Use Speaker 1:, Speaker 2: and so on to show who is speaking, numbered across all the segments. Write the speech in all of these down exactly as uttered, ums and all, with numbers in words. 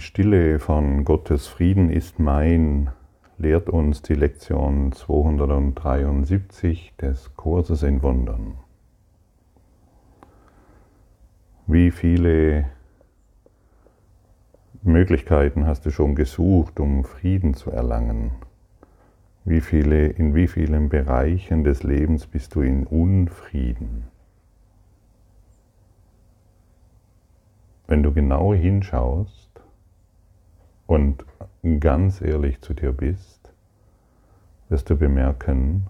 Speaker 1: Stille von Gottes Frieden ist mein, lehrt uns die Lektion zweihundertdreiundsiebzig des Kurses in Wundern. Wie viele Möglichkeiten hast du schon gesucht, um Frieden zu erlangen? Wie viele, in wie vielen Bereichen des Lebens bist du in Unfrieden? Wenn du genau hinschaust und ganz ehrlich zu dir bist, wirst du bemerken,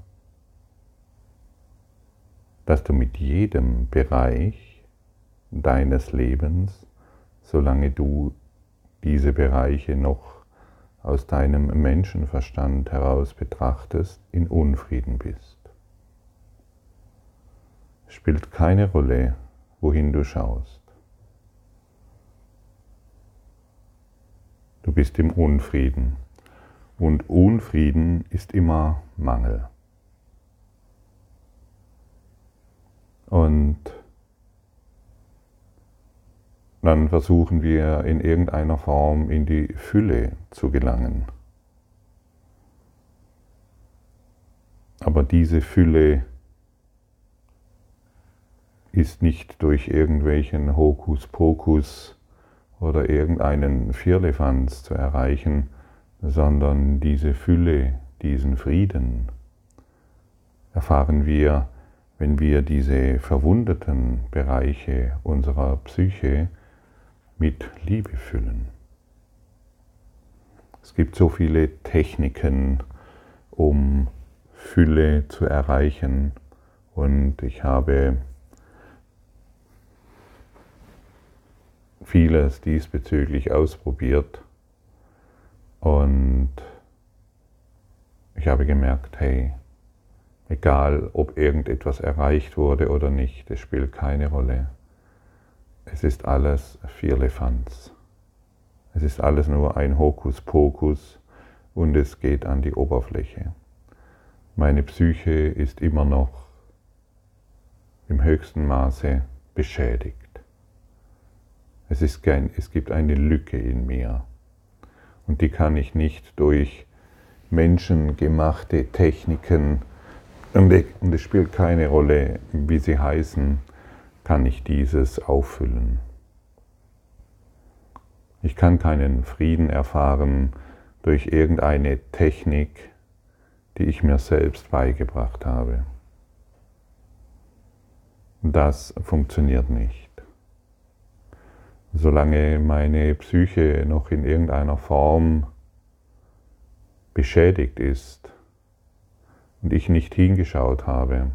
Speaker 1: dass du mit jedem Bereich deines Lebens, solange du diese Bereiche noch aus deinem Menschenverstand heraus betrachtest, in Unfrieden bist. Es spielt keine Rolle, wohin du schaust. Du bist im Unfrieden. Und Unfrieden ist immer Mangel. Und dann versuchen wir in irgendeiner Form in die Fülle zu gelangen. Aber diese Fülle ist nicht durch irgendwelchen Hokuspokus oder irgendeinen Firlefanz zu erreichen, sondern diese Fülle, diesen Frieden erfahren wir, wenn wir diese verwundeten Bereiche unserer Psyche mit Liebe füllen. Es gibt so viele Techniken, um Fülle zu erreichen, und ich habe vieles diesbezüglich ausprobiert und ich habe gemerkt, hey, egal ob irgendetwas erreicht wurde oder nicht, es spielt keine Rolle. Es ist alles Firlefanz. Es ist alles nur ein Hokuspokus und es geht an die Oberfläche. Meine Psyche ist immer noch im höchsten Maße beschädigt. Es, ist kein, es gibt eine Lücke in mir und die kann ich nicht durch menschengemachte Techniken, und es spielt keine Rolle, wie sie heißen, kann ich dieses auffüllen. Ich kann keinen Frieden erfahren durch irgendeine Technik, die ich mir selbst beigebracht habe. Das funktioniert nicht. Solange meine Psyche noch in irgendeiner Form beschädigt ist und ich nicht hingeschaut habe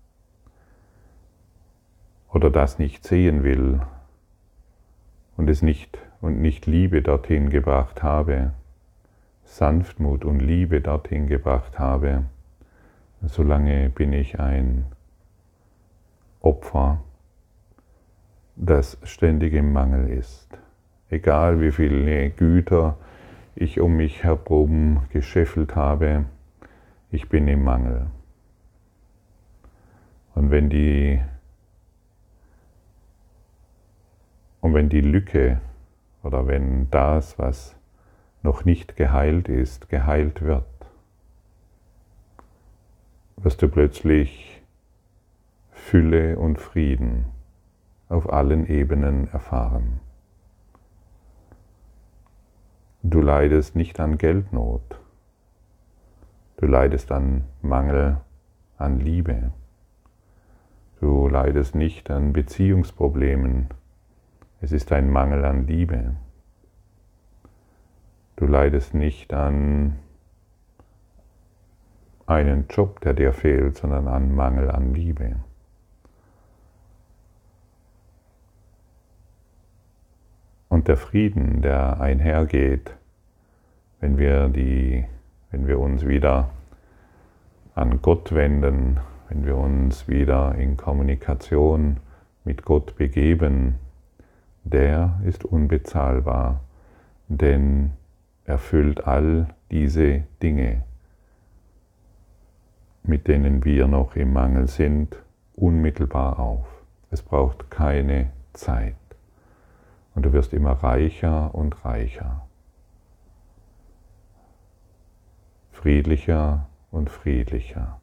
Speaker 1: oder das nicht sehen will und es nicht und nicht Liebe dorthin gebracht habe, Sanftmut und Liebe dorthin gebracht habe, solange bin ich ein Opfer, das ständig im Mangel ist. Egal wie viele Güter ich um mich herum gescheffelt habe, ich bin im Mangel. Und wenn die, und wenn die Lücke oder wenn das, was noch nicht geheilt ist, geheilt wird, wirst du plötzlich Fülle und Frieden auf allen Ebenen erfahren. Du leidest nicht an Geldnot, du leidest an Mangel an Liebe, du leidest nicht an Beziehungsproblemen, es ist ein Mangel an Liebe, du leidest nicht an einen Job, der dir fehlt, sondern an Mangel an Liebe. Und der Frieden, der einhergeht, wenn wir, die, wenn wir uns wieder an Gott wenden, wenn wir uns wieder in Kommunikation mit Gott begeben, der ist unbezahlbar, denn er füllt all diese Dinge, mit denen wir noch im Mangel sind, unmittelbar auf. Es braucht keine Zeit. Und du wirst immer reicher und reicher, friedlicher und friedlicher.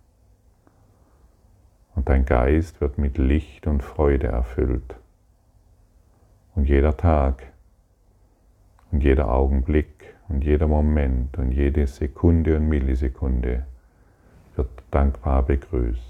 Speaker 1: Und dein Geist wird mit Licht und Freude erfüllt. Und jeder Tag und jeder Augenblick und jeder Moment und jede Sekunde und Millisekunde wird dankbar begrüßt.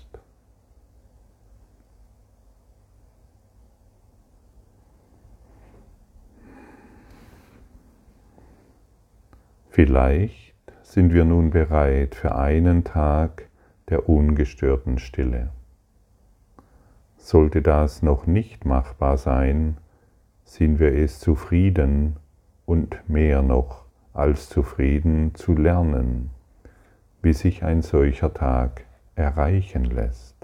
Speaker 1: Vielleicht sind wir nun bereit für einen Tag der ungestörten Stille. Sollte das noch nicht machbar sein, sind wir es zufrieden und mehr noch als zufrieden zu lernen, wie sich ein solcher Tag erreichen lässt.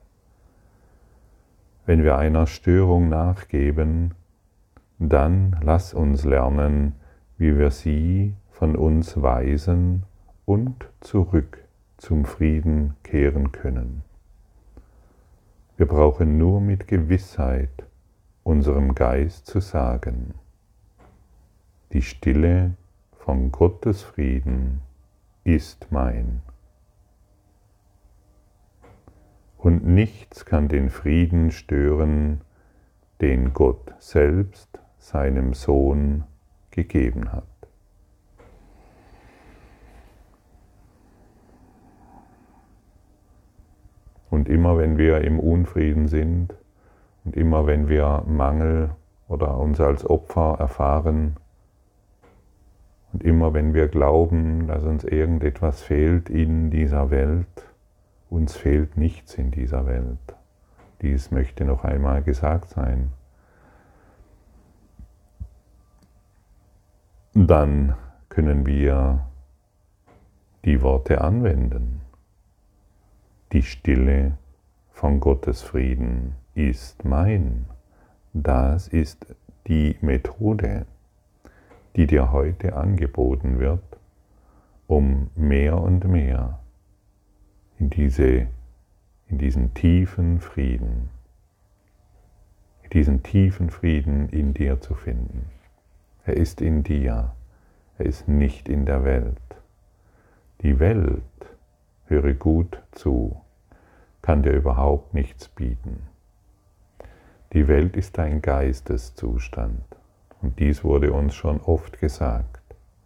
Speaker 1: Wenn wir einer Störung nachgeben, dann lass uns lernen, wie wir sie von uns weisen und zurück zum Frieden kehren können. Wir brauchen nur mit Gewissheit unserem Geist zu sagen: Die Stille von Gottes Frieden ist mein. Und nichts kann den Frieden stören, den Gott selbst seinem Sohn gegeben hat. Und immer wenn wir im Unfrieden sind und immer wenn wir Mangel oder uns als Opfer erfahren und immer wenn wir glauben, dass uns irgendetwas fehlt in dieser Welt, uns fehlt nichts in dieser Welt. Dies möchte noch einmal gesagt sein. Dann können wir die Worte anwenden. Die Stille von Gottes Frieden ist mein. Das ist die Methode, die dir heute angeboten wird, um mehr und mehr in, diese, in diesen tiefen Frieden, in diesen tiefen Frieden in dir zu finden. Er ist in dir, er ist nicht in der Welt. Die Welt, höre gut zu, kann dir überhaupt nichts bieten. Die Welt ist ein Geisteszustand und dies wurde uns schon oft gesagt.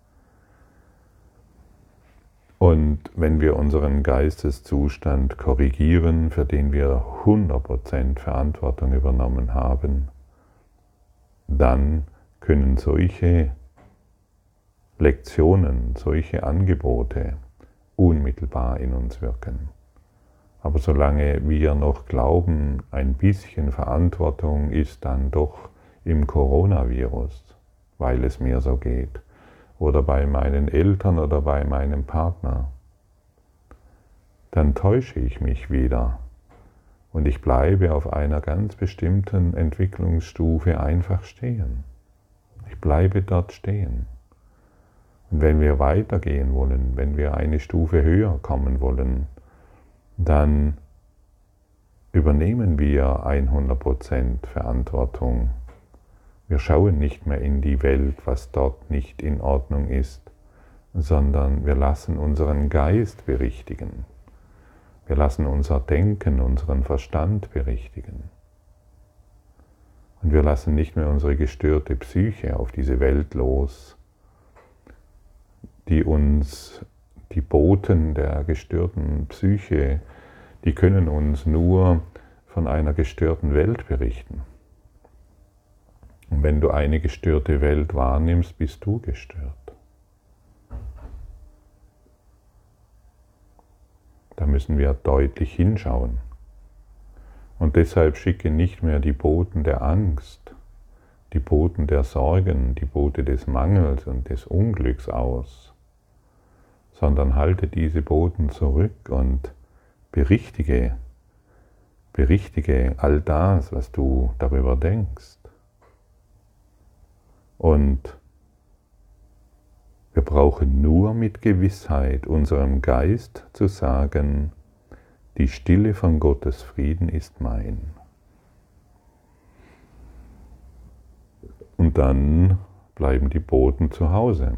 Speaker 1: Und wenn wir unseren Geisteszustand korrigieren, für den wir hundert Prozent Verantwortung übernommen haben, dann können solche Lektionen, solche Angebote unmittelbar in uns wirken. Aber solange wir noch glauben, ein bisschen Verantwortung ist dann doch im Coronavirus, weil es mir so geht, oder bei meinen Eltern oder bei meinem Partner, dann täusche ich mich wieder und ich bleibe auf einer ganz bestimmten Entwicklungsstufe einfach stehen. Ich bleibe dort stehen. Und wenn wir weitergehen wollen, wenn wir eine Stufe höher kommen wollen, dann übernehmen wir hundert Prozent Verantwortung. Wir schauen nicht mehr in die Welt, was dort nicht in Ordnung ist, sondern wir lassen unseren Geist berichtigen. Wir lassen unser Denken, unseren Verstand berichtigen. Und wir lassen nicht mehr unsere gestörte Psyche auf diese Welt los, die uns, die Boten der gestörten Psyche, die können uns nur von einer gestörten Welt berichten. Und wenn du eine gestörte Welt wahrnimmst, bist du gestört. Da müssen wir deutlich hinschauen. Und deshalb schicke nicht mehr die Boten der Angst, die Boten der Sorgen, die Bote des Mangels und des Unglücks aus, sondern halte diese Boten zurück und berichtige, berichtige all das, was du darüber denkst. Und wir brauchen nur mit Gewissheit unserem Geist zu sagen: Die Stille von Gottes Frieden ist mein. Und Und dann bleiben die Boten zu Hause.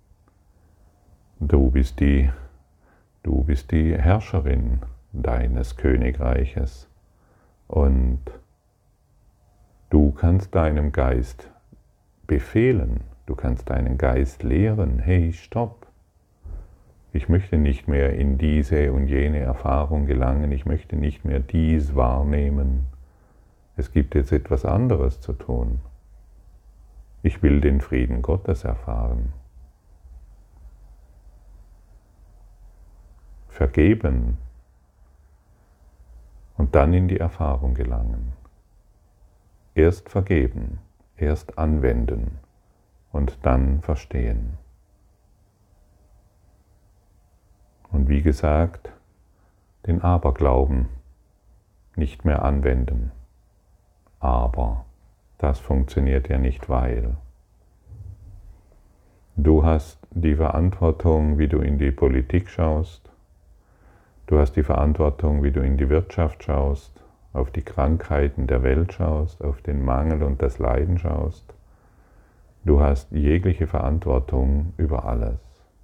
Speaker 1: Du bist die, du bist die Herrscherin deines Königreiches und du kannst deinem Geist befehlen, du kannst deinen Geist lehren, hey, stopp, ich möchte nicht mehr in diese und jene Erfahrung gelangen, ich möchte nicht mehr dies wahrnehmen, es gibt jetzt etwas anderes zu tun. Ich will den Frieden Gottes erfahren. Vergeben und dann in die Erfahrung gelangen. Erst vergeben, erst anwenden und dann verstehen. Und wie gesagt, den Aberglauben nicht mehr anwenden. Aber das funktioniert ja nicht, weil du hast die Verantwortung, wie du in die Politik schaust. Du hast die Verantwortung, wie du in die Wirtschaft schaust, auf die Krankheiten der Welt schaust, auf den Mangel und das Leiden schaust. Du hast jegliche Verantwortung über alles.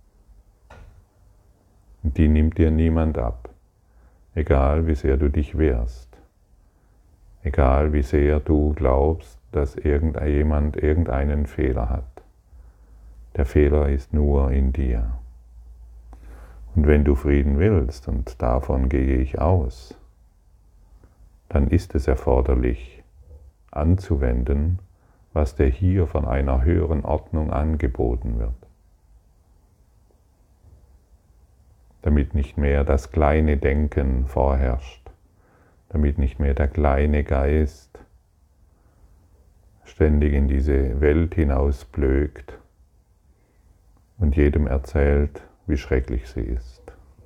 Speaker 1: Und die nimmt dir niemand ab, egal wie sehr du dich wehrst, egal wie sehr du glaubst, dass irgendjemand irgendeinen Fehler hat. Der Fehler ist nur in dir. Und wenn du Frieden willst, und davon gehe ich aus, dann ist es erforderlich, anzuwenden, was dir hier von einer höheren Ordnung angeboten wird. Damit nicht mehr das kleine Denken vorherrscht, damit nicht mehr der kleine Geist ständig in diese Welt hinausblökt und jedem erzählt, wie schrecklich sie ist.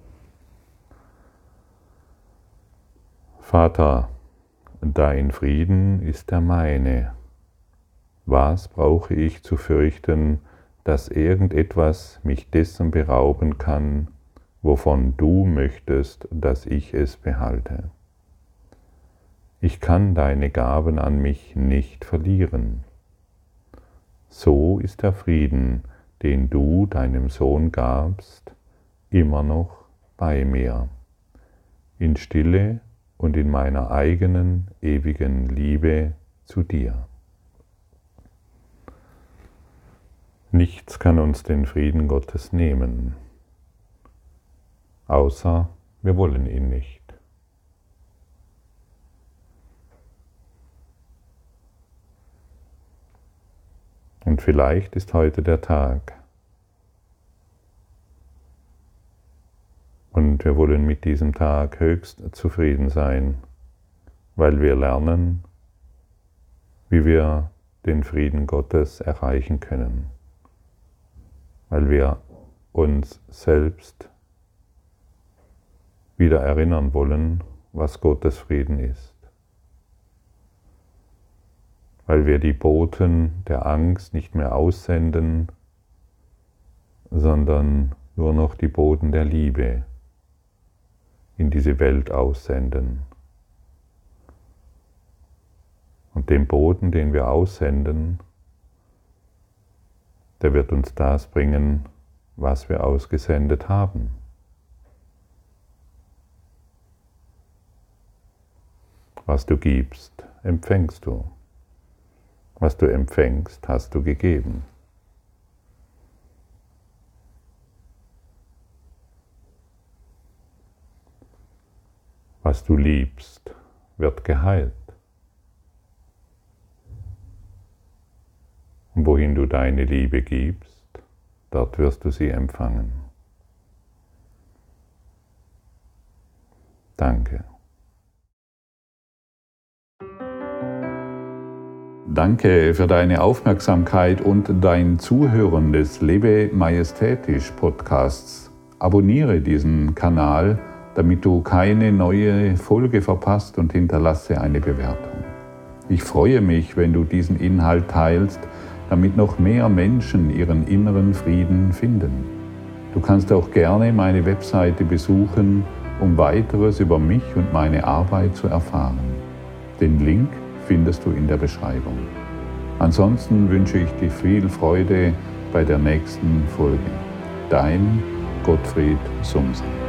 Speaker 1: Vater, dein Frieden ist der meine. Was brauche ich zu fürchten, dass irgendetwas mich dessen berauben kann, wovon du möchtest, dass ich es behalte? Ich kann deine Gaben an mich nicht verlieren. So ist der Frieden, den du deinem Sohn gabst, immer noch bei mir, in Stille und in meiner eigenen ewigen Liebe zu dir. Nichts kann uns den Frieden Gottes nehmen, außer wir wollen ihn nicht. Und vielleicht ist heute der Tag. Und wir wollen mit diesem Tag höchst zufrieden sein, weil wir lernen, wie wir den Frieden Gottes erreichen können, weil wir uns selbst wieder erinnern wollen, was Gottes Frieden ist, weil wir die Boten der Angst nicht mehr aussenden, sondern nur noch die Boten der Liebe in diese Welt aussenden. Und den Boten, den wir aussenden, der wird uns das bringen, was wir ausgesendet haben. Was du gibst, empfängst du. Was du empfängst, hast du gegeben. Was du liebst, wird geheilt. Und wohin du deine Liebe gibst, dort wirst du sie empfangen. Danke. Danke für deine Aufmerksamkeit und dein Zuhören des Lebe Majestätisch Podcasts. Abonniere diesen Kanal, damit du keine neue Folge verpasst, und hinterlasse eine Bewertung. Ich freue mich, wenn du diesen Inhalt teilst, damit noch mehr Menschen ihren inneren Frieden finden. Du kannst auch gerne meine Webseite besuchen, um weiteres über mich und meine Arbeit zu erfahren. Den Link findest du in der Beschreibung. Ansonsten wünsche ich dir viel Freude bei der nächsten Folge. Dein Gottfried Sumsen.